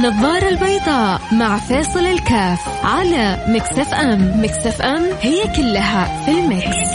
النظارة البيضاء مع فاصل الكاف على ميكس اف ام. ميكس اف ام هي كلها في الميكس.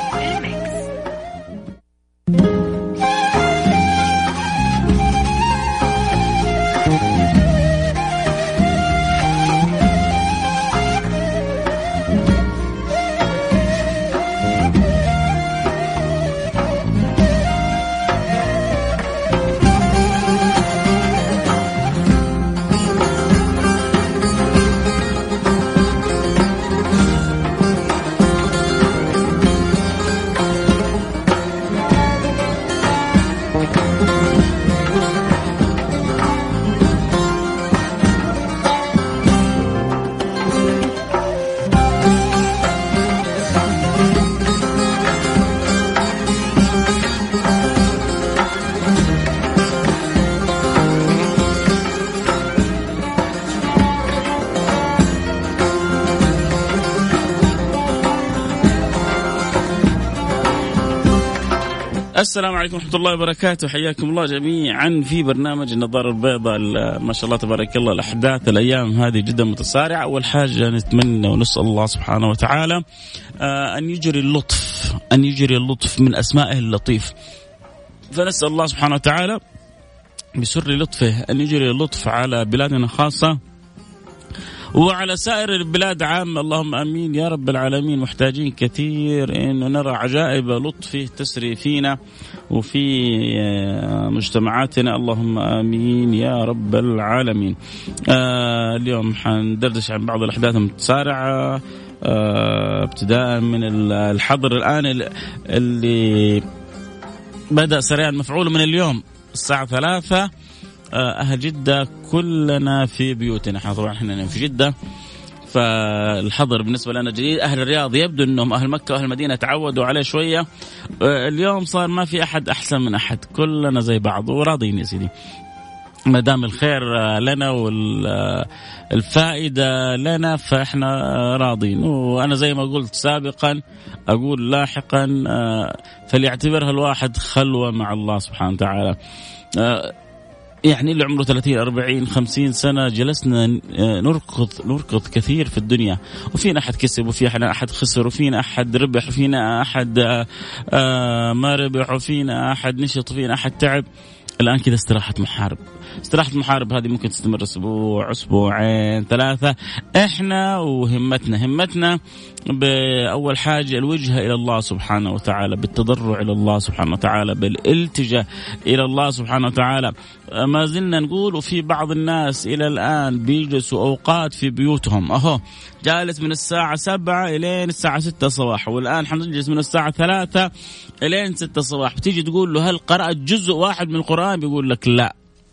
السلام عليكم ورحمة الله وبركاته. حياكم الله جميعا في برنامج النظارة البيضاء. ما شاء الله تبارك الله الأحداث الأيام هذه جدا متسارعة. أول حاجة نتمنى ونسأل الله سبحانه وتعالى أن يجري اللطف من أسمائه اللطيف. فنسأل الله سبحانه وتعالى بسر لطفه أن يجري اللطف على بلادنا خاصة وعلى سائر البلاد عامة. اللهم آمين يا رب العالمين. محتاجين كثير إنه نرى عجائب لطفه تسري فينا وفي مجتمعاتنا. اللهم آمين يا رب العالمين. اليوم حندردش عن بعض الأحداث المتسارعة ابتداء من الحظر الآن اللي بدأ سريعا مفعوله من اليوم الساعة 3. أهل جدة كلنا في بيوتنا. طبعا احنا في جدة فالحظر بالنسبة لنا جديد. أهل الرياض يبدو أنهم أهل مكة وأهل المدينة تعودوا عليه شوية. اليوم صار ما في أحد أحسن من أحد، كلنا زي بعض وراضين يا سيدي ما دام الخير لنا والفائدة لنا فإحنا راضين. وأنا زي ما قلت سابقا أقول لاحقا فليعتبرها الواحد خلوة مع الله سبحانه وتعالى. يعني اللي عمره 30 40 50 سنة جلسنا نركض كثير في الدنيا، وفينا أحد كسب وفينا أحد خسر وفينا أحد ربح وفينا أحد ما ربح وفينا أحد نشط وفينا أحد تعب. الآن كده استراحة محارب هذه ممكن تستمر أسبوع أسبوعين 3. إحنا وهمتنا بأول حاجة الوجهة إلى الله سبحانه وتعالى، بالتضرع إلى الله سبحانه وتعالى، بالالتجاء إلى الله سبحانه وتعالى. ما زلنا نقول وفي بعض الناس إلى الآن بيجلسوا أوقات في بيوتهم، أهو جالس من الساعة 7 إلين الساعة 6 صباح، والآن حنجلس من الساعة 3 إلين 6 صباح. بتيجي تقول له هل قرأت جزء واحد من القرآن؟ بيقول لك لا.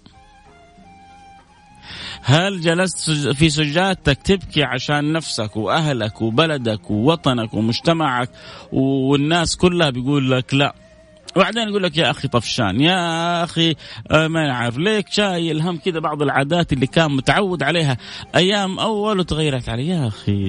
هل جلست في سجادتك تبكي عشان نفسك وأهلك وبلدك ووطنك ومجتمعك والناس كلها؟ بيقول لك لا. وبعدين يقول لك يا أخي طفشان، يا أخي ما نعرف ليك شايل هم كده بعض العادات اللي كان متعود عليها أيام أول وتغيرت عليه.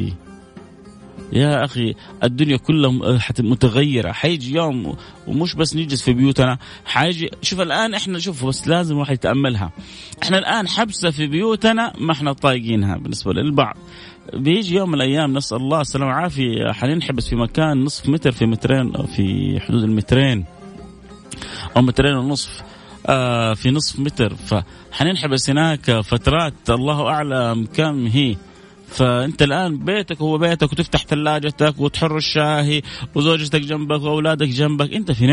يا أخي الدنيا كلها متغيرة. حيجي يوم ومش بس نجلس في بيوتنا، حيجي شوف الآن إحنا شوف بس لازم واحد يتأملها. إحنا الآن حبسة في بيوتنا ما إحنا طايقينها بالنسبة للبعض. بيجي يوم من الأيام نسأل الله السلامة والعافية حننحبس في مكان نصف متر في مترين، في حدود المترين أو مترين ونصف في نصف متر، فحننحبس هناك فترات الله أعلم كم هي. فأنت الآن بيتك هو بيتك وتفتح ثلاجتك وتحر الشاهي وزوجتك جنبك وأولادك جنبك. أنت في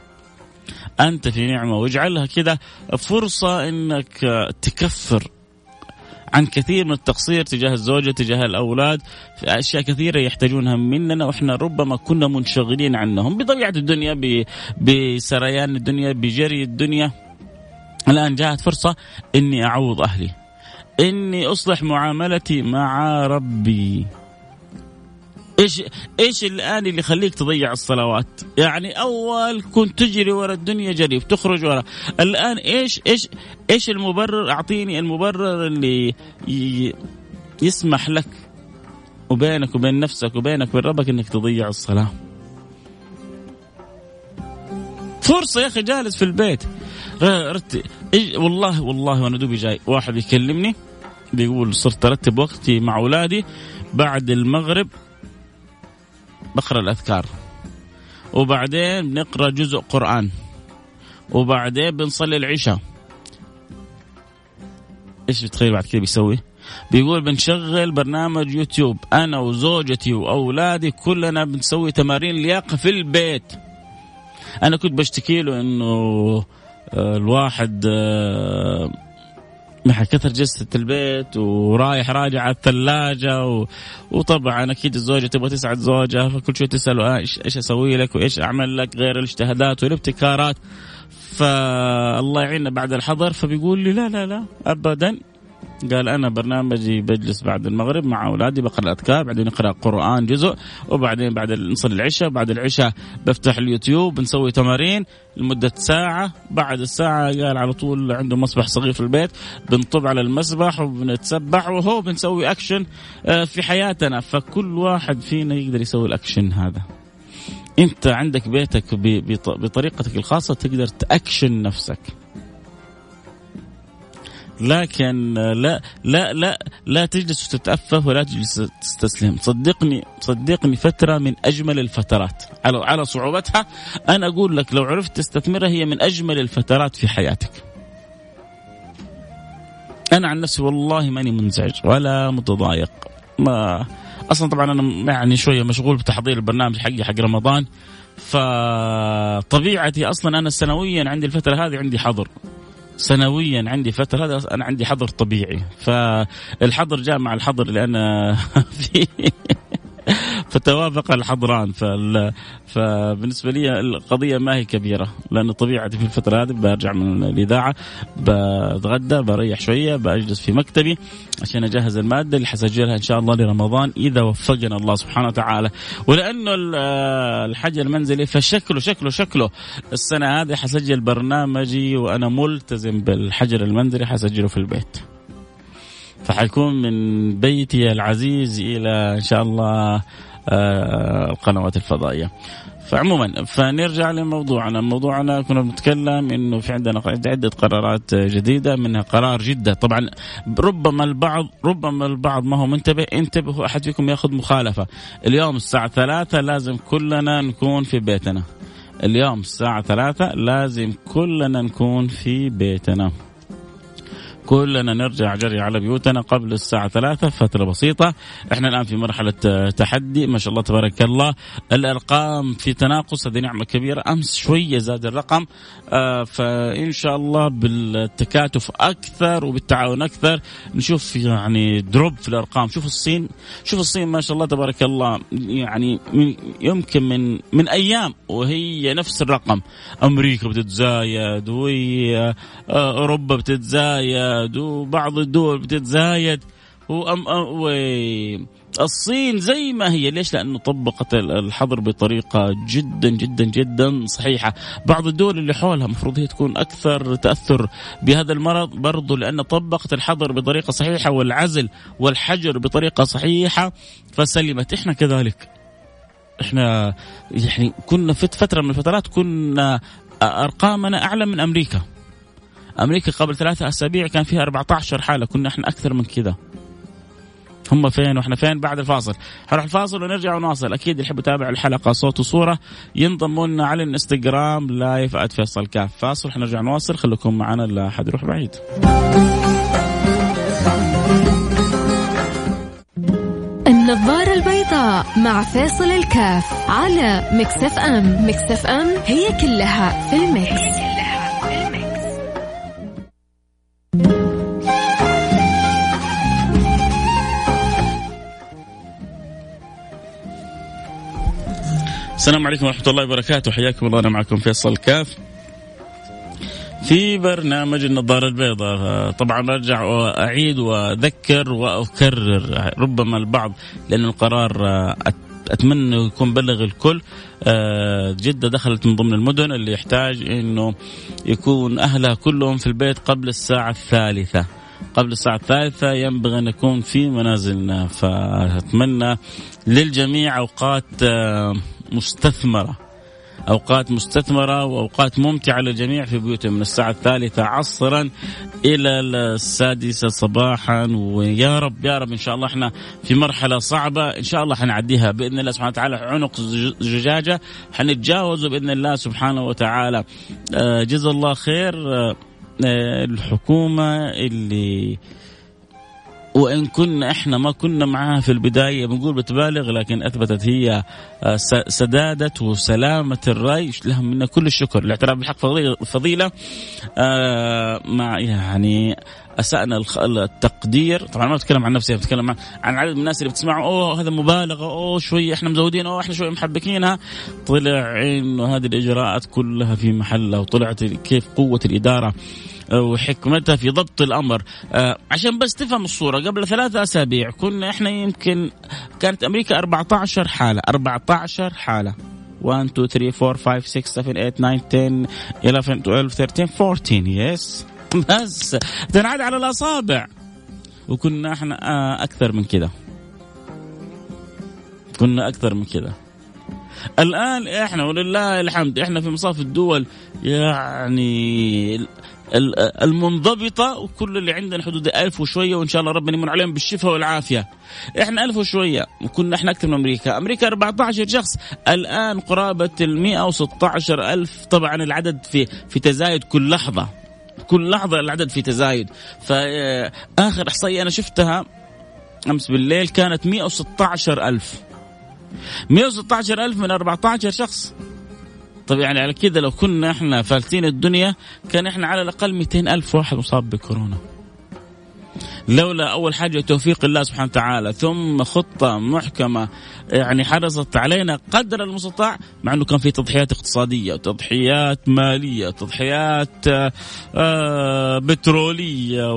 نعمة واجعلها كده فرصة إنك تكفر عن كثير من التقصير تجاه الزوجة تجاه الأولاد في أشياء كثيرة يحتاجونها مننا وإحنا ربما كنا منشغلين عنهم بطبيعة الدنيا بسريان الدنيا بجري الدنيا. الآن جاءت فرصة إني أعوض أهلي، إني أصلح معاملتي مع ربي. إيش الآن اللي يخليك تضيع الصلوات؟ يعني أول كنت تجري ورا الدنيا جري وتخرج ورا، الآن إيش المبرر؟ أعطيني المبرر اللي يسمح لك وبينك وبين نفسك وبينك وبين ربك إنك تضيع الصلاة. فرصة يا أخي، جالس في البيت والله وأنا دوبي جاي واحد يكلمني بيقول صرت أرتب وقتي مع أولادي بعد المغرب بقرأ الأذكار، وبعدين بنقرأ جزء قرآن، وبعدين بنصلي العشاء. إيش بتخيل بعد كده بيسوي؟ بيقول بنشغل برنامج يوتيوب أنا وزوجتي وأولادي كلنا بنسوي تمارين لياقة في البيت. أنا كنت بشتكي له إنه الواحد مع كثر جلسة البيت ورايح راجع على الثلاجة وطبعا أكيد الزوجة تبغى تسعد زوجها، فكل شوي تسأله إيش أسوي لك وإيش أعمل لك غير الاجتهادات والابتكارات. فالله يعيننا بعد الحظر. فبيقول لي لا أبدا، قال أنا برنامجي بجلس بعد المغرب مع أولادي بقرأ الأذكار، بعدين نقرأ قرآن جزء، وبعدين بعد نصلي العشاء، بعد العشاء بفتح اليوتيوب بنسوي تمارين لمدة ساعة. بعد الساعة قال على طول عنده مسبح صغير في البيت بنطب على المسبح وبنتسبح، وهو بنسوي أكشن في حياتنا. فكل واحد فينا يقدر يسوي الأكشن هذا. أنت عندك بيتك بطريقتك الخاصة تقدر تأكشن نفسك، لكن لا تجلس وتتأفه ولا تجلس تستسلم. صدقني فترة من أجمل الفترات على صعوبتها. أنا أقول لك لو عرفت تستثمرها هي من أجمل الفترات في حياتك. أنا عن نفسي والله ماني منزعج ولا متضايق. ما أصلا طبعا أنا يعني شوية مشغول بتحضير البرنامج حق رمضان، فطبيعتي أصلا أنا سنويا عندي الفترة هذه عندي حظر، سنويا عندي فترة هذا أنا عندي حظر طبيعي. فالحظر جاء مع الحظر اللي أنا فيه فتوافق الحظران. فبالنسبة لي القضية ما هي كبيرة، لأن طبيعتي في الفترة هذه برجع من الإذاعة بتغدى بريح شوية بأجلس في مكتبي عشان أجهز المادة اللي حسجلها إن شاء الله لرمضان إذا وفقنا الله سبحانه وتعالى. ولأنه الحج المنزلي فشكله السنة هذه حسجل برنامجي وأنا ملتزم بالحجر المنزلي حسجله في البيت، فحيكون من بيتي العزيز إلى إن شاء الله القنوات الفضائية. فعموما فنرجع لموضوعنا كنا بنتكلم إنه في عندنا عدة قرارات جديدة، منها قرار جدة. طبعا ربما البعض ما هو انتبهوا أحد فيكم يأخذ مخالفة. اليوم الساعة 3 لازم كلنا نكون في بيتنا. اليوم الساعة 3 لازم كلنا نكون في بيتنا، كلنا نرجع جري على بيوتنا قبل الساعة 3 فترة بسيطة. احنا الآن في مرحلة تحدي ما شاء الله تبارك الله، الأرقام في تناقص، هذه نعمة كبيرة. أمس شوية زاد الرقم، فإن شاء الله بالتكاتف أكثر وبالتعاون أكثر نشوف يعني دروب في الأرقام. شوف الصين ما شاء الله تبارك الله، يعني يمكن من أيام وهي نفس الرقم. أمريكا بتتزايد وأوروبا بتتزايد وبعض الدول بتتزايد الصين زي ما هي. ليش؟ لأنه طبقت الحظر بطريقة جدا جدا جدا صحيحة. بعض الدول اللي حولها مفروض هي تكون أكثر تأثر بهذا المرض برضو، لأن طبقت الحظر بطريقة صحيحة والعزل والحجر بطريقة صحيحة فسلمت. إحنا كذلك، إحنا يعني كنا في فترة من الفترات كنا أرقامنا أعلى من أمريكا قبل 3 أسابيع كان فيها 14 حالة، كنا احنا أكثر من كذا. هم فين وإحنا فين؟ بعد الفاصل هنروح الفاصل ونرجع ونواصل. أكيد اللي يحب يتابع الحلقة صوت وصورة ينضموا لنا على الانستغرام لايف @فيصل كاف. فاصل حنرجع نواصل، خليكم معنا لا أحد يروح بعيد. النظارة البيضاء مع فيصل الكاف على مكسف أم. مكسف أم هي كلها في المكس. السلام عليكم ورحمة الله وبركاته، حياكم الله. أنا معكم فيصل كاف في برنامج النظارة البيضاء. طبعا برجع وأعيد وأذكر وأكرر، ربما البعض لأن القرار أتمنى يكون بلغ الكل. جدة دخلت من ضمن المدن اللي يحتاج إنه يكون أهلها كلهم في البيت قبل الساعة 3. قبل الساعة 3 ينبغي أن نكون في منازلنا. فأتمنى للجميع أوقات مستثمرة، أوقات مستثمرة وأوقات ممتعة للجميع في بيوتهم من الساعة 3 عصرا إلى 6 صباحا. ويا رب يا رب إن شاء الله إحنا في مرحلة صعبة إن شاء الله حنعديها بإذن الله سبحانه وتعالى. عنق زجاجة حنتجاوزه بإذن الله سبحانه وتعالى. جزا الله خير الحكومة اللي وإن كنا إحنا ما كنا معها في البداية بنقول بتبالغ، لكن أثبتت هي سدادة وسلامة الرأي. لهم منا كل الشكر. الاعتراف بالحق فضيلة مع يعني أسأنا التقدير. طبعا ما بتكلم عن نفسي، بتكلم عن عدد من الناس اللي بتسمعوا أوه هذا مبالغة، أوه شوي إحنا مزودين، أوه إحنا شوي محبكينها. طلع إنه هذه الإجراءات كلها في محلها، وطلعت كيف قوة الإدارة وحكمتها في ضبط الأمر. عشان بس تفهم الصورة، قبل 3 أسابيع كنا إحنا يمكن كانت أمريكا 14 حالة 14 حالة 1 2 3 4 5 6 7 8 9 10 11 12 13 14 يس بس تنعد على الأصابع. وكنا إحنا أكثر من كده، كنا أكثر من كده. الآن إحنا ولله الحمد إحنا في مصاف الدول يعني المنضبطة، وكل اللي عندنا حدود 1000 وشوية، وإن شاء الله ربنا يمن عليهم بالشفاء والعافية. إحنا 1000 وشوية، وكنا إحنا أكثر من أمريكا 14 شخص، الآن قرابة 116,000. طبعا العدد في تزايد كل لحظة العدد في تزايد. فآخر إحصائية أنا شفتها أمس بالليل كانت 116,000 من 14 شخص. طب يعني على كده لو كنا احنا فالتين الدنيا كان احنا على الأقل 200,000 واحد مصاب بكورونا، لولا أول حاجة توفيق الله سبحانه وتعالى، ثم خطة محكمة يعني حرصت علينا قدر المستطاع. مع أنه كان في تضحيات اقتصادية، تضحيات مالية، تضحيات بترولية،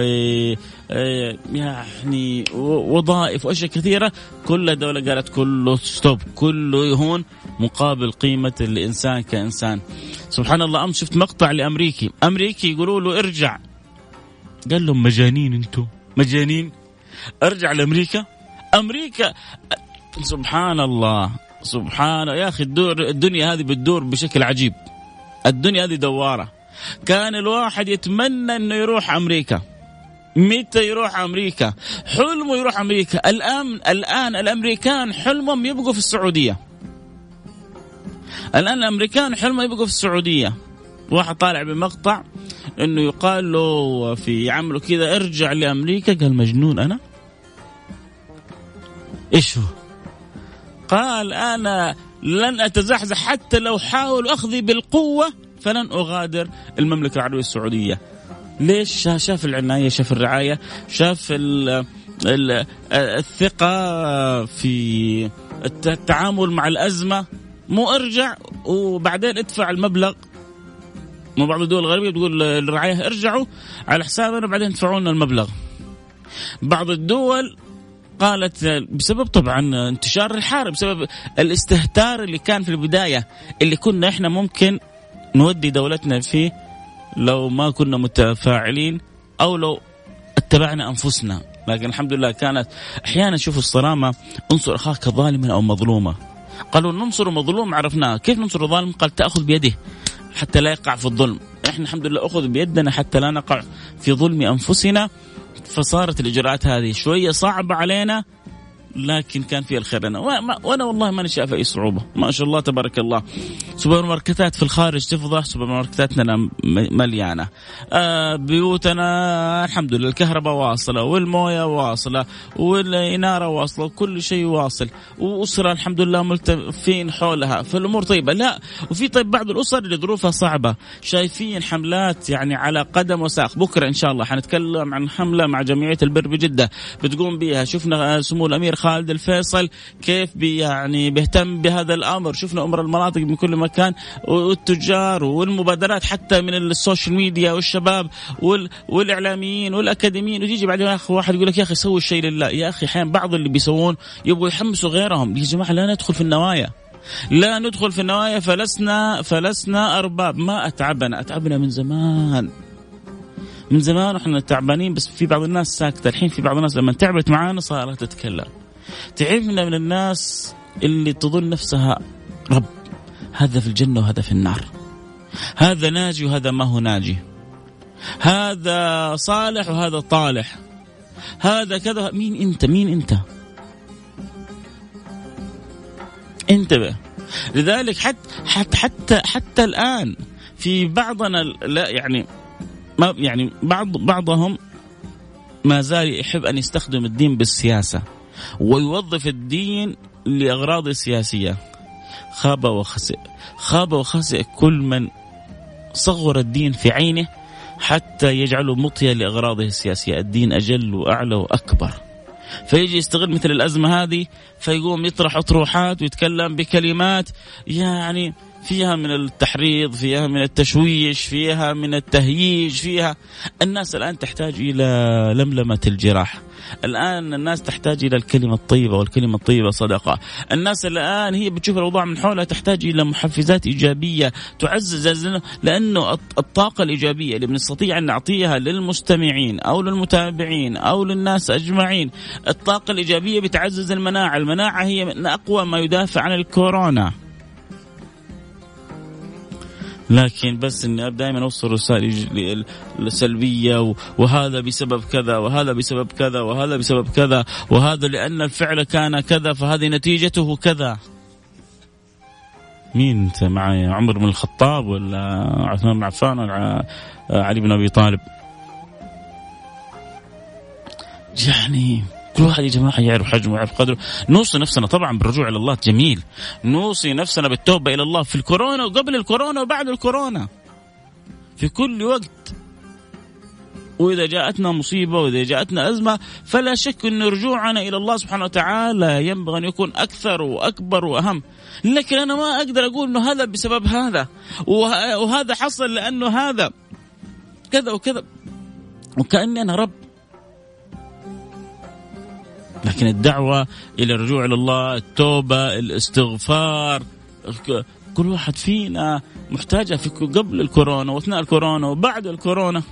يعني وظائف وأشياء كثيرة. كل دولة قالت كله ستوب، كله يهون مقابل قيمة الإنسان كإنسان. سبحان الله. أمس شفت مقطع لأمريكي يقولوا له ارجع، قال لهم مجانين انتم، مجانين ارجع لأمريكا. أمريكا سبحان الله يا أخي الدنيا هذه بتدور بشكل عجيب. الدنيا هذه دوارة. كان الواحد يتمنى انه يروح أمريكا. متى يروح أمريكا؟ حلمه يروح أمريكا. الآن الأمريكان حلمهم يبقوا في السعودية. الآن الأمريكان حلمهم يبقوا في السعودية. واحد طالع بمقطع انه يقال له في عمله كذا ارجع لأمريكا، قال مجنون انا؟ ايش هو؟ قال انا لن اتزحزح حتى لو حاولوا اخذي بالقوة فلن اغادر المملكة العربية السعودية. ليش؟ شاف العناية، شاف الرعاية، شاف الثقة في التعامل مع الأزمة. مو ارجع وبعدين ادفع المبلغ. ما بعض الدول الغربية بتقول الرعاية ارجعوا على حسابنا وبعدين ادفعونا المبلغ. بعض الدول قالت بسبب طبعا انتشار الحرب، بسبب الاستهتار اللي كان في البداية، اللي كنا احنا ممكن نودي دولتنا فيه لو ما كنا متفاعلين أو لو اتبعنا أنفسنا. لكن الحمد لله كانت أحيانا شوفوا الصرامة، انصر أخاك ظالما أو مظلومة. قالوا ننصر مظلوم، عرفناه كيف ننصر ظالم؟ قال تأخذ بيده حتى لا يقع في الظلم. احنا الحمد لله أخذ بيدنا حتى لا نقع في ظلم أنفسنا. فصارت الإجراءات هذه شوية صعبة علينا، لكن كان فيها الخير لنا. وأنا والله ما نشاء في أي صعوبة. ما شاء الله تبارك الله. سوبر ماركتات في الخارج تفضح، سوبر ماركتاتنا مليانة. بيوتنا الحمد لله الكهرباء واصلة والموية واصلة والإنارة واصلة وكل شيء واصل، وأسرة الحمد لله ملتفين حولها، فالأمور طيبة. لا وفي طيب بعض الأسر اللي ظروفها صعبة شايفين حملات يعني على قدم وساق. بكرة إن شاء الله حنتكلم عن حملة مع جمعية البر بجدة بتقوم بها. شفنا سمو الأمير خالد الفيصل كيف يعني بيهتم بهذا الأمر. شفنا أمر المناطق من كل مكان، والتجار والمبادرات حتى من السوشيال ميديا والشباب والإعلاميين والأكاديميين. وتيجي بعدين أخ واحد يقول لك يا أخي سوي الشيء لله. يا أخي أحيانا بعض اللي بيسوون يبغوا يحمسوا غيرهم. يا جماعة لا ندخل في النوايا، لا ندخل في النوايا. فلسنا أرباب. ما أتعبنا من زمان وإحنا تعبانين، بس في بعض الناس ساكتة. الحين في بعض الناس لما تعبت معانا صارت تتكلم. تعبنا من الناس اللي تظن نفسها رب. هذا في الجنة وهذا في النار، هذا ناجي وهذا ما هو ناجي، هذا صالح وهذا طالح، هذا كذا. مين أنت؟ مين أنت؟ انتبه. لذلك حتى الآن في بعضنا لا يعني ما يعني بعضهم ما زال يحب أن يستخدم الدين بالسياسة ويوظف الدين لأغراض سياسية. خاب وخسئ، خاب وخسئ كل من صغر الدين في عينه حتى يجعله مطيا لأغراضه السياسية. الدين أجل وأعلى وأكبر، فيجي يستغل مثل الأزمة هذه فيقوم يطرح أطروحات ويتكلم بكلمات يعني فيها من التحريض، فيها من التشويش، فيها من التهييج، فيها. الناس الآن تحتاج إلى لملمة الجراح، الآن الناس تحتاج إلى الكلمة الطيبة، والكلمة الطيبة صدقة. الناس الآن هي بتشوف الأوضاع من حولها تحتاج إلى محفزات إيجابية تعزز، لأنه الطاقة الإيجابية اللي بنستطيع أن نعطيها للمستمعين أو للمتابعين أو للناس أجمعين، الطاقة الإيجابية بتعزز المناعة. المناعة هي من أقوى ما يدافع عن الكورونا. لكن بس إني دائما أوصل رسائل السلبية، وهذا بسبب كذا، وهذا بسبب كذا، وهذا بسبب كذا، وهذا لأن الفعل كان كذا فهذه نتيجته كذا. مين أنت معي؟ عمر بن الخطاب ولا عثمان بن عفان ولا علي بن أبي طالب؟ يعني كل واحد يا جماعة يعرف حجمه ويعرف قدره. نوصي نفسنا طبعا بالرجوع إلى الله، جميل، نوصي نفسنا بالتوبة إلى الله في الكورونا وقبل الكورونا وبعد الكورونا، في كل وقت. وإذا جاءتنا مصيبة وإذا جاءتنا أزمة فلا شك أن رجوعنا إلى الله سبحانه وتعالى ينبغي أن يكون أكثر وأكبر وأهم. لكن أنا ما أقدر أقول أنه هذا بسبب هذا وهذا حصل لأنه هذا كذا وكذا وكأني أنا رب. لكن الدعوة إلى الرجوع إلى الله، التوبة، الاستغفار، كل واحد فينا محتاجة في قبل الكورونا وأثناء الكورونا وبعد الكورونا.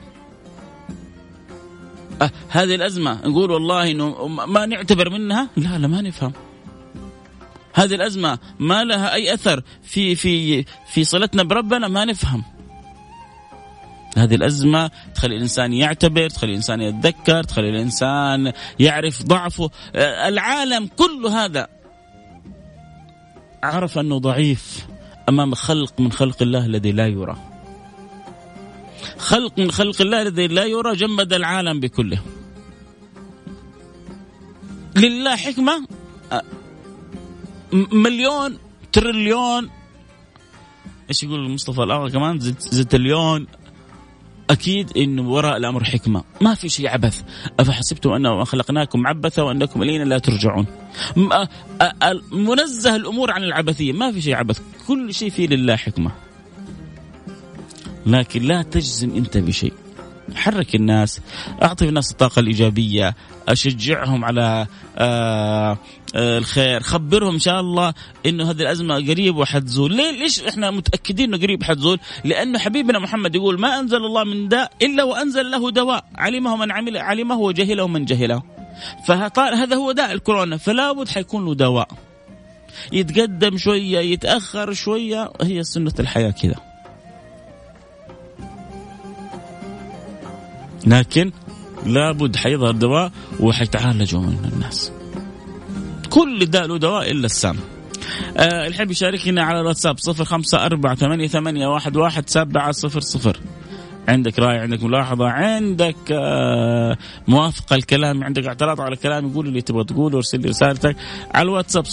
هذه الأزمة نقول والله إنه ما نعتبر منها، لا ما نفهم. هذه الأزمة ما لها أي أثر في صلتنا بربنا، ما نفهم. هذه الأزمة تخلي الإنسان يعتبر، تخلي الإنسان يتذكر، تخلي الإنسان يعرف ضعفه. العالم كل هذا عرف أنه ضعيف أمام خلق من خلق الله الذي لا يرى. خلق من خلق الله الذي لا يرى جمد العالم بكله. لله حكمة مليون تريليون، إيش يقول مصطفى الأغا كمان، زتليون. أكيد إنه وراء الأمر حكمة، ما في شيء عبث. أفحسبتم أنه خلقناكم عبثا وأنكم إلينا لا ترجعون. منزه الأمور عن العبثية، ما في شيء عبث، كل شيء فيه لله حكمة. لكن لا تجزم أنت بشيء، حرك الناس، أعطي الناس الطاقة الإيجابية، أشجعهم على الخير، خبرهم إن شاء الله إنه هذه الأزمة قريب وحتزول. ليش إحنا متأكدين إنه قريب حتزول؟ لأنه حبيبنا محمد يقول ما أنزل الله من داء إلا وأنزل له دواء، علمه من علمه وجهله من جهله. فهذا هو داء الكورونا، فلا بد حيكون له دواء، يتقدم شوية يتأخر شوية، هي سنة الحياة كذا. لكن لابد حيظهر دواء وحيتعالجوا منه الناس. كل داء له دواء إلا السام. الحب يشاركنا على الواتساب 0548811700. عندك رأي، عندك ملاحظة، عندك موافقة الكلام، عندك اعتراض على الكلام، يقول اللي تبغى تقوله، ارسل لي رسالتك على الواتساب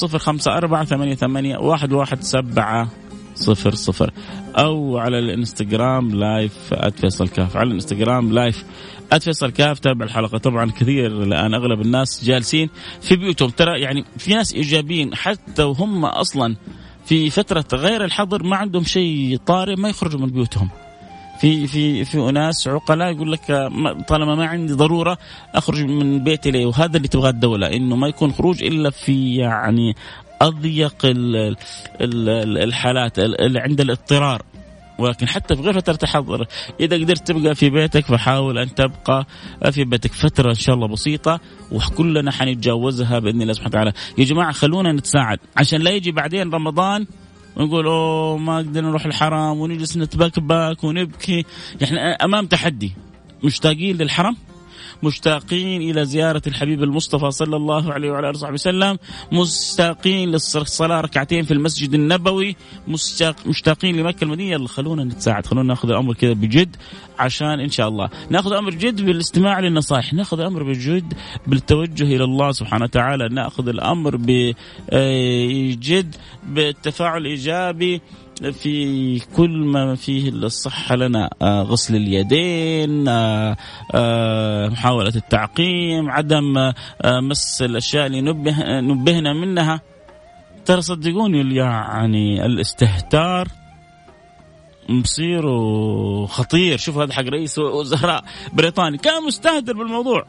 0548811700 أو على الانستغرام لايف @فيصل كاف. على الانستغرام لايف @فيصل كاف. تابع الحلقة. طبعا كثير الآن أغلب الناس جالسين في بيوتهم، ترى يعني في ناس إيجابيين حتى وهم أصلا في فترة غير الحظر ما عندهم شيء طارئ ما يخرجوا من بيوتهم. في أناس عقلاء يقول لك طالما ما عندي ضرورة أخرج من بيتي ليه. وهذا اللي تبغى الدولة، إنه ما يكون خروج إلا في يعني أضيق الحالات اللي عند الاضطرار. ولكن حتى في غير فترة الحظر إذا قدرت تبقى في بيتك فحاول أن تبقى في بيتك فترة إن شاء الله بسيطة، وكلنا حنتجاوزها بإذن الله سبحانه وتعالى. يا جماعة خلونا نتساعد عشان لا يجي بعدين رمضان ونقول أوه ما قدرنا نروح الحرم ونجلس نتبكبك ونبكي. يعني أمام تحدي، مشتاقين للحرم، مشتاقين إلى زيارة الحبيب المصطفى صلى الله عليه وعلى آله وصحبه وسلم، مشتاقين للصلاة ركعتين في المسجد النبوي، مشتاقين لمكة المدينة. يلا خلونا نتساعد، خلونا نأخذ الأمر كذا بجد، عشان إن شاء الله نأخذ أمر جد بالاستماع للنصائح، نأخذ أمر بجد بالتوجه إلى الله سبحانه وتعالى، نأخذ الأمر بجد بالتفاعل الإيجابي في كل ما فيه الصحة لنا، غسل اليدين، محاولة التعقيم، عدم مس الأشياء اللي نبهنا منها. ترى صدقوني يعني الاستهتار مصير خطير. شوف هذا حق رئيس وزراء بريطاني كان مستهتر بالموضوع.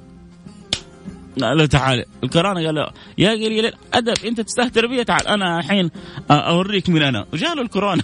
لا تعال الكورونا، قال له يا قليل الأدب أنت تستهتر بي، تعال أنا الحين أوريك من أنا. وجاله الكورونا.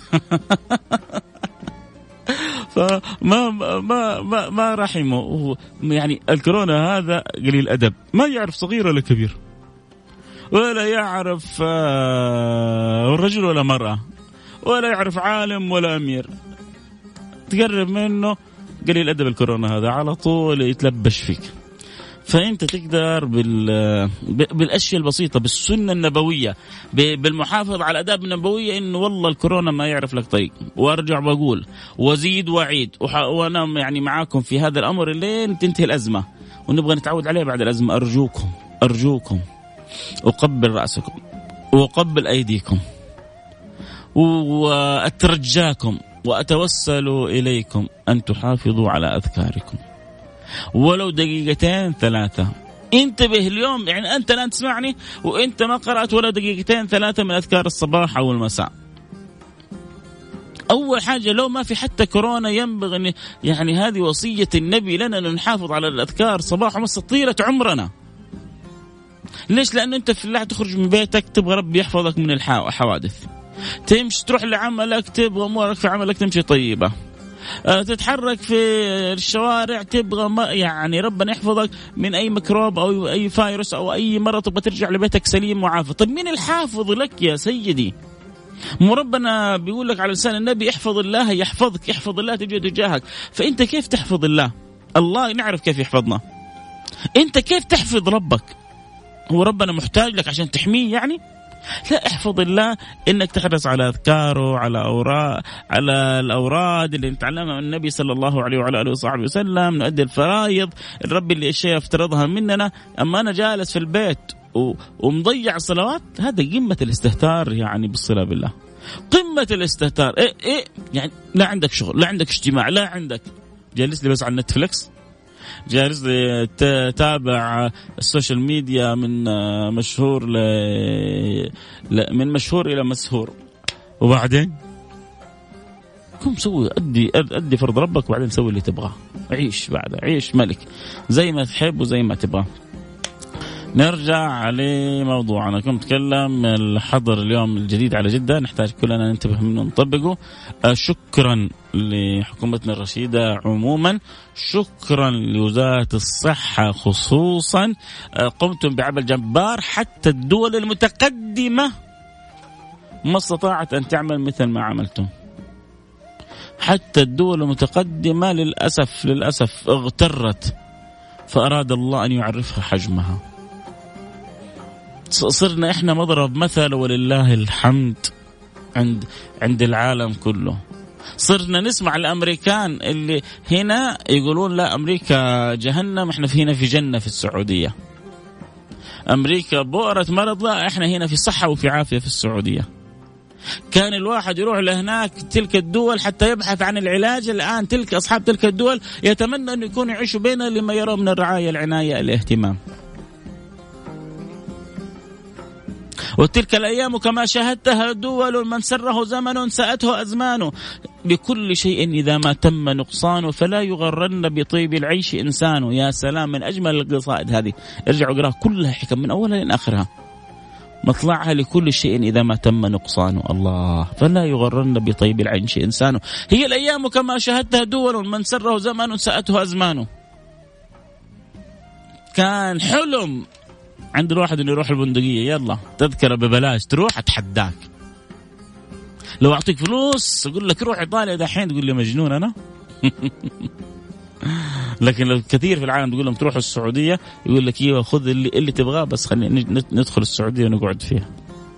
فما ما ما ما رحمه يعني. الكورونا هذا قليل أدب، ما يعرف صغير ولا كبير، ولا يعرف رجل ولا مرأة، ولا يعرف عالم ولا أمير. تقرب منه قليل أدب الكورونا هذا على طول يتلبش فيك. فأنت تقدر بالأشياء البسيطة، بالسنة النبوية، بالمحافظة على الآداب النبوية، إنه والله الكورونا ما يعرف لك طريق. وأرجع وأقول وزيد وعيد، وأنا يعني معاكم في هذا الأمر لين تنتهي الأزمة، ونبغى نتعود عليه بعد الأزمة. أرجوكم أقبل رأسكم وأقبل أيديكم وأترجاكم وأتوسل إليكم أن تحافظوا على أذكاركم ولو دقيقتين 3. انتبه اليوم، يعني أنت لا تسمعني وأنت ما قرأت ولا دقيقتين 3 من أذكار الصباح أو المساء. أول حاجة لو ما في حتى كورونا ينبغي أن يعني هذه وصية النبي لنا أن نحافظ على الأذكار صباح ومساء طيلة عمرنا. ليش؟ لأن أنت في الله تخرج من بيتك تبغى ربي يحفظك من الحوادث، تمشي تروح لعملك تبغى أمورك في عملك تمشي طيبة، تتحرك في الشوارع تبغى يعني ربنا يحفظك من أي ميكروب أو أي فيروس أو أي مرض، تبغى ترجع لبيتك سليم وعافى. طيب مين الحافظ لك يا سيدي؟ مو ربنا بيقول لك على لسان النبي احفظ الله يحفظك، احفظ الله تجد تجاهك. فأنت كيف تحفظ الله؟ الله نعرف كيف يحفظنا، أنت كيف تحفظ ربك؟ هو ربنا محتاج لك عشان تحميه يعني؟ لا، احفظ الله انك تحرص على اذكاره، على الاوراد اللي نتعلمها من النبي صلى الله عليه وعلى اله وصحبه وسلم، نؤدي الفرائض الرب اللي الشيء يفترضها مننا. اما انا جالس في البيت ومضيع الصلوات، هذا قمة الاستهتار يعني بالصلة بالله، قمة الاستهتار. إيه يعني لا عندك شغل، لا عندك اجتماع، لا عندك، جالس لي بس على نتفليكس، جالس تتابع السوشيال ميديا من مشهور من مشهور إلى مسهور، وبعدين كم سوي أدي فرض ربك، وبعدين سوي اللي تبغاه، عيش بعد، عيش ملك زي ما تحب وزي ما تبغاه. نرجع على موضوعنا. كنت نتكلم الحظر اليوم الجديد على جدة، نحتاج كلنا ننتبه منه نطبقه. شكرا لحكومتنا الرشيدة عموما، شكرا لوزارة الصحة خصوصا، قمتم بعمل جبار. حتى الدول المتقدمة ما استطاعت أن تعمل مثل ما عملتم. حتى الدول المتقدمة للأسف اغترت، فأراد الله أن يعرفها حجمها. صرنا إحنا مضرب مثل ولله الحمد عند العالم كله. صرنا نسمع الأمريكان اللي هنا يقولون لا أمريكا جهنم، إحنا هنا في جنة في السعودية. أمريكا بؤرة مرض، لا إحنا هنا في صحة وفي عافية في السعودية. كان الواحد يروح لهناك تلك الدول حتى يبحث عن العلاج، الآن تلك أصحاب تلك الدول يتمنى أن يكونوا يعيشوا بيننا لما يروا من الرعاية، العناية، الاهتمام. وتلك الأيام كما شاهدتها دول من سره زمن سأته أزمان، بكل شيء إذا ما تم نقصانه فلا يغرن بطيب العيش إنسان. يا سلام، من أجمل القصائد هذه، ارجعوا اقراها كلها حكم من أولها لآخرها، مطلعها لكل شيء إذا ما تم نقصانه. الله، فلا يغرن بطيب العيش إنسان. هي الأيام كما شاهدتها دول من سره زمن سأته أزمانه. كان حلم عند الواحد انه يروح البندقية، يلا تذكرة ببلاش تروح، اتحداك لو أعطيك فلوس أقول لك روح إيطاليا دحين تقول لي مجنون أنا. لكن لو كثير في العالم تقول لهم تروحوا السعودية يقول لك ايوه خذ اللي تبغاه بس خلينا ندخل السعودية ونقعد فيها.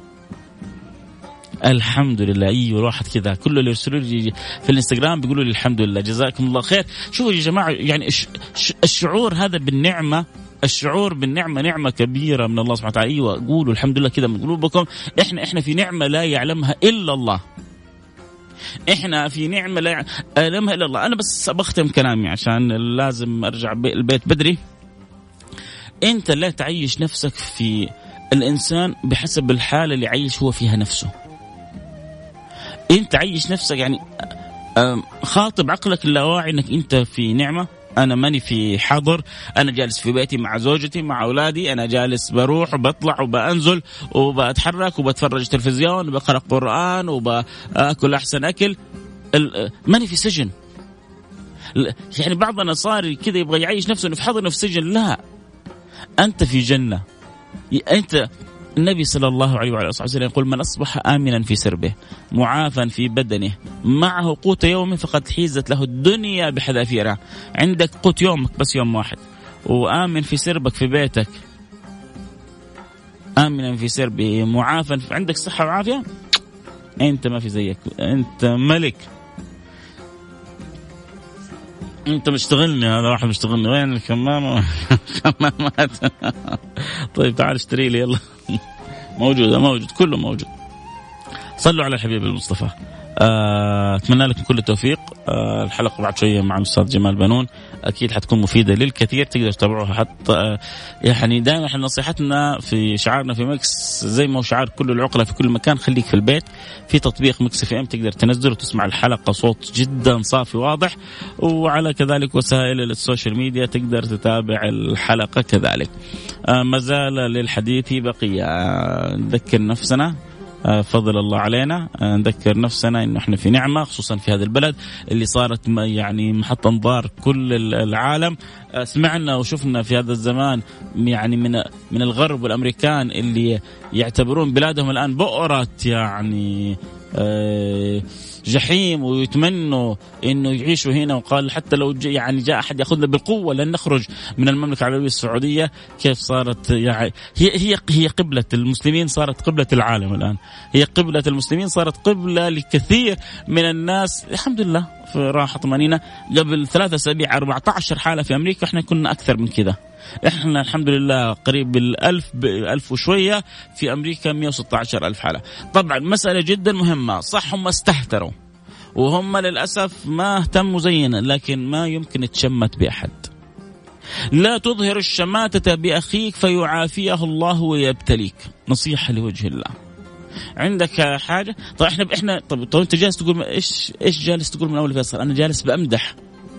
الحمد لله. ايوه الواحد كذا كله اللي يرسلوا لي في الانستغرام بيقولوا لي الحمد لله جزاكم الله خير. شوفوا يا جماعة يعني الشعور هذا بالنعمة، الشعور بالنعمة نعمة كبيرة من الله سبحانه وتعالى. ايوه قولوا الحمد لله كذا من قلوبكم. احنا في نعمة لا يعلمها إلا الله، احنا في نعمة لا يعلمها إلا الله. أنا بس بختم كلامي عشان لازم أرجع البيت بدري. أنت لا تعيش نفسك في الإنسان بحسب الحالة اللي عايش هو فيها نفسه. أنت عيش نفسك يعني خاطب عقلك اللاواعي أنك أنت في نعمة. أنا ماني في حضر، أنا جالس في بيتي مع زوجتي مع أولادي، أنا جالس بروح وبطلع وبأنزل وبتحرك وبتفرج تلفزيون وبقرأ قرآن وبأكل أحسن أكل. ماني في سجن. يعني بعضنا صار كذا يبغى يعيش نفسه في حضر في سجن. لا، أنت في جنة. أنت النبي صلى الله عليه وعلى آله وسلم يقول من أصبح آمنا في سربه معافا في بدنه معه قوت يومه فقد حيزت له الدنيا بحذافيرها. عندك قوت يومك بس يوم واحد، وآمن في سربك في بيتك، آمنا في سربه معافا، عندك صحة وعافية، أنت ما في زيك، أنت ملك. أنت مشتغلني، هذا واحد مشتغلني، وين الكمامة؟ كمامات. طيب تعال اشتري لي يلا. موجود كله موجود. صلوا على الحبيب المصطفى. أتمنى لكم كل التوفيق. الحلقة بعد شوية مع الأستاذ جمال بنون أكيد حتكون مفيدة للكثير، تقدر تتابعوها. حتى يعني دائما احنا نصيحتنا في شعارنا في مكس زي ما هو شعار كل العقلة في كل مكان، خليك في البيت. في تطبيق مكس FM تقدر تنزل وتسمع الحلقة صوت جدا صافي واضح، وعلى كذلك وسائل السوشيال ميديا تقدر تتابع الحلقة كذلك. ما زال للحديث بقية. نذكر نفسنا فضل الله علينا، نذكر نفسنا إنه إحنا في نعمة، خصوصا في هذا البلد اللي صارت يعني محط أنظار كل العالم. سمعنا وشفنا في هذا الزمان يعني من الغرب والأمريكان اللي يعتبرون بلادهم الآن بؤرة يعني جحيم، ويتمنوا انه يعيشوا هنا. وقال حتى لو يعني جاء احد ياخذنا بالقوه لن نخرج من المملكه العربيه السعوديه. كيف صارت يعني هي قبله المسلمين، صارت قبله العالم الان. هي قبله المسلمين، صارت قبله لكثير من الناس. الحمد لله في راحه طمانينه. قبل 3 أسابيع 14 حاله في امريكا، احنا كنا اكثر من كذا. احنا الحمد لله قريب ب1000 وشويه، في امريكا 116,000 حاله. طبعا مساله جدا مهمه، صح هم استهتروا وهم للاسف ما اهتموا زينا، لكن ما يمكن تشمت باحد. لا تظهر الشماتة باخيك فيعافيه الله ويبتليك. نصيحه لوجه الله. عندك حاجه؟ طب احنا طب انت جالس تقول ايش جالس تقول من اول فيصل؟ انا جالس بامدح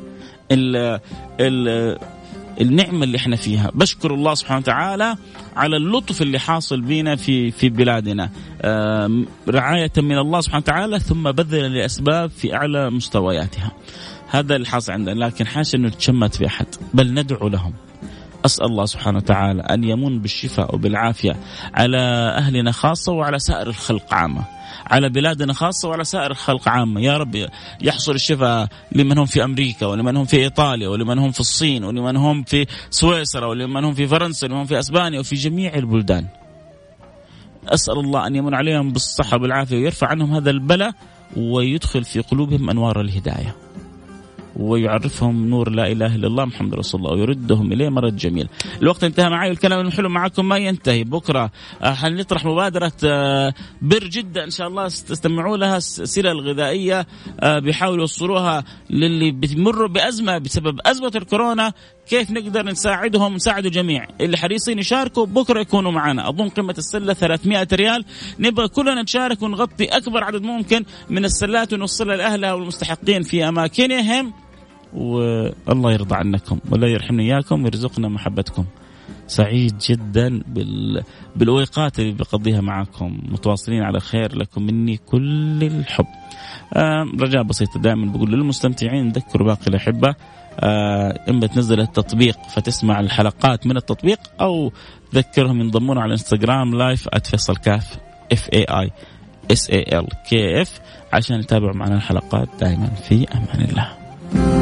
النعمة اللي احنا فيها. بشكر الله سبحانه وتعالى على اللطف اللي حاصل بينا في بلادنا، رعاية من الله سبحانه وتعالى، ثم بذل لأسباب في أعلى مستوياتها. هذا اللي حاصل عندنا، لكن حاشا أنه نتشمت في أحد، بل ندعو لهم. أسأل الله سبحانه وتعالى أن يمن بالشفاء وبالعافية على أهلنا خاصة وعلى سائر الخلق عامة، على بلادنا خاصة وعلى سائر الخلق عامة. يا رب يحصل الشفاء لمن هم في أمريكا، ولمن هم في إيطاليا، ولمن هم في الصين، ولمن هم في سويسرا، ولمن هم في فرنسا، ولمن هم في أسبانيا، وفي جميع البلدان. أسأل الله أن يمن عليهم بالصحة والعافية، ويرفع عنهم هذا البلاء، ويدخل في قلوبهم أنوار الهداية، ويعرفهم نور لا إله إلا الله محمد رسول الله، ويردهم إليه مرد جميل. الوقت انتهى معي، والكلام الحلو معكم ما ينتهي. بكرة حنطرح مبادرة بر جدة إن شاء الله تستمعوا لها، السلة الغذائية بيحاولوا يوصلوها للي بيمروا بأزمة بسبب أزمة الكورونا. كيف نقدر نساعدهم، نساعد الجميع. اللي حريصين يشاركوا بكرة يكونوا معنا. أظن قيمة السلة 300 ريال، نبغى كلنا نشارك ونغطي أكبر عدد ممكن من السلات ونوصلها لأهلها والمستحقين في أماكنهم. والله يرضى عنكم ولا يرحمنا إياكم ويرزقنا محبتكم. سعيد جدا بالأوقات اللي بقضيها معكم، متواصلين على خير. لكم مني كل الحب. رجاء بسيط دائما بقول للمستمتعين، ذكروا باقي الأحبة إما تنزل التطبيق فتسمع الحلقات من التطبيق، أو ذكرهم ينضمون على الانستغرام لايف @فيصل كاف FAISL SALKF عشان يتابعوا معنا الحلقات. دائما في أمان الله.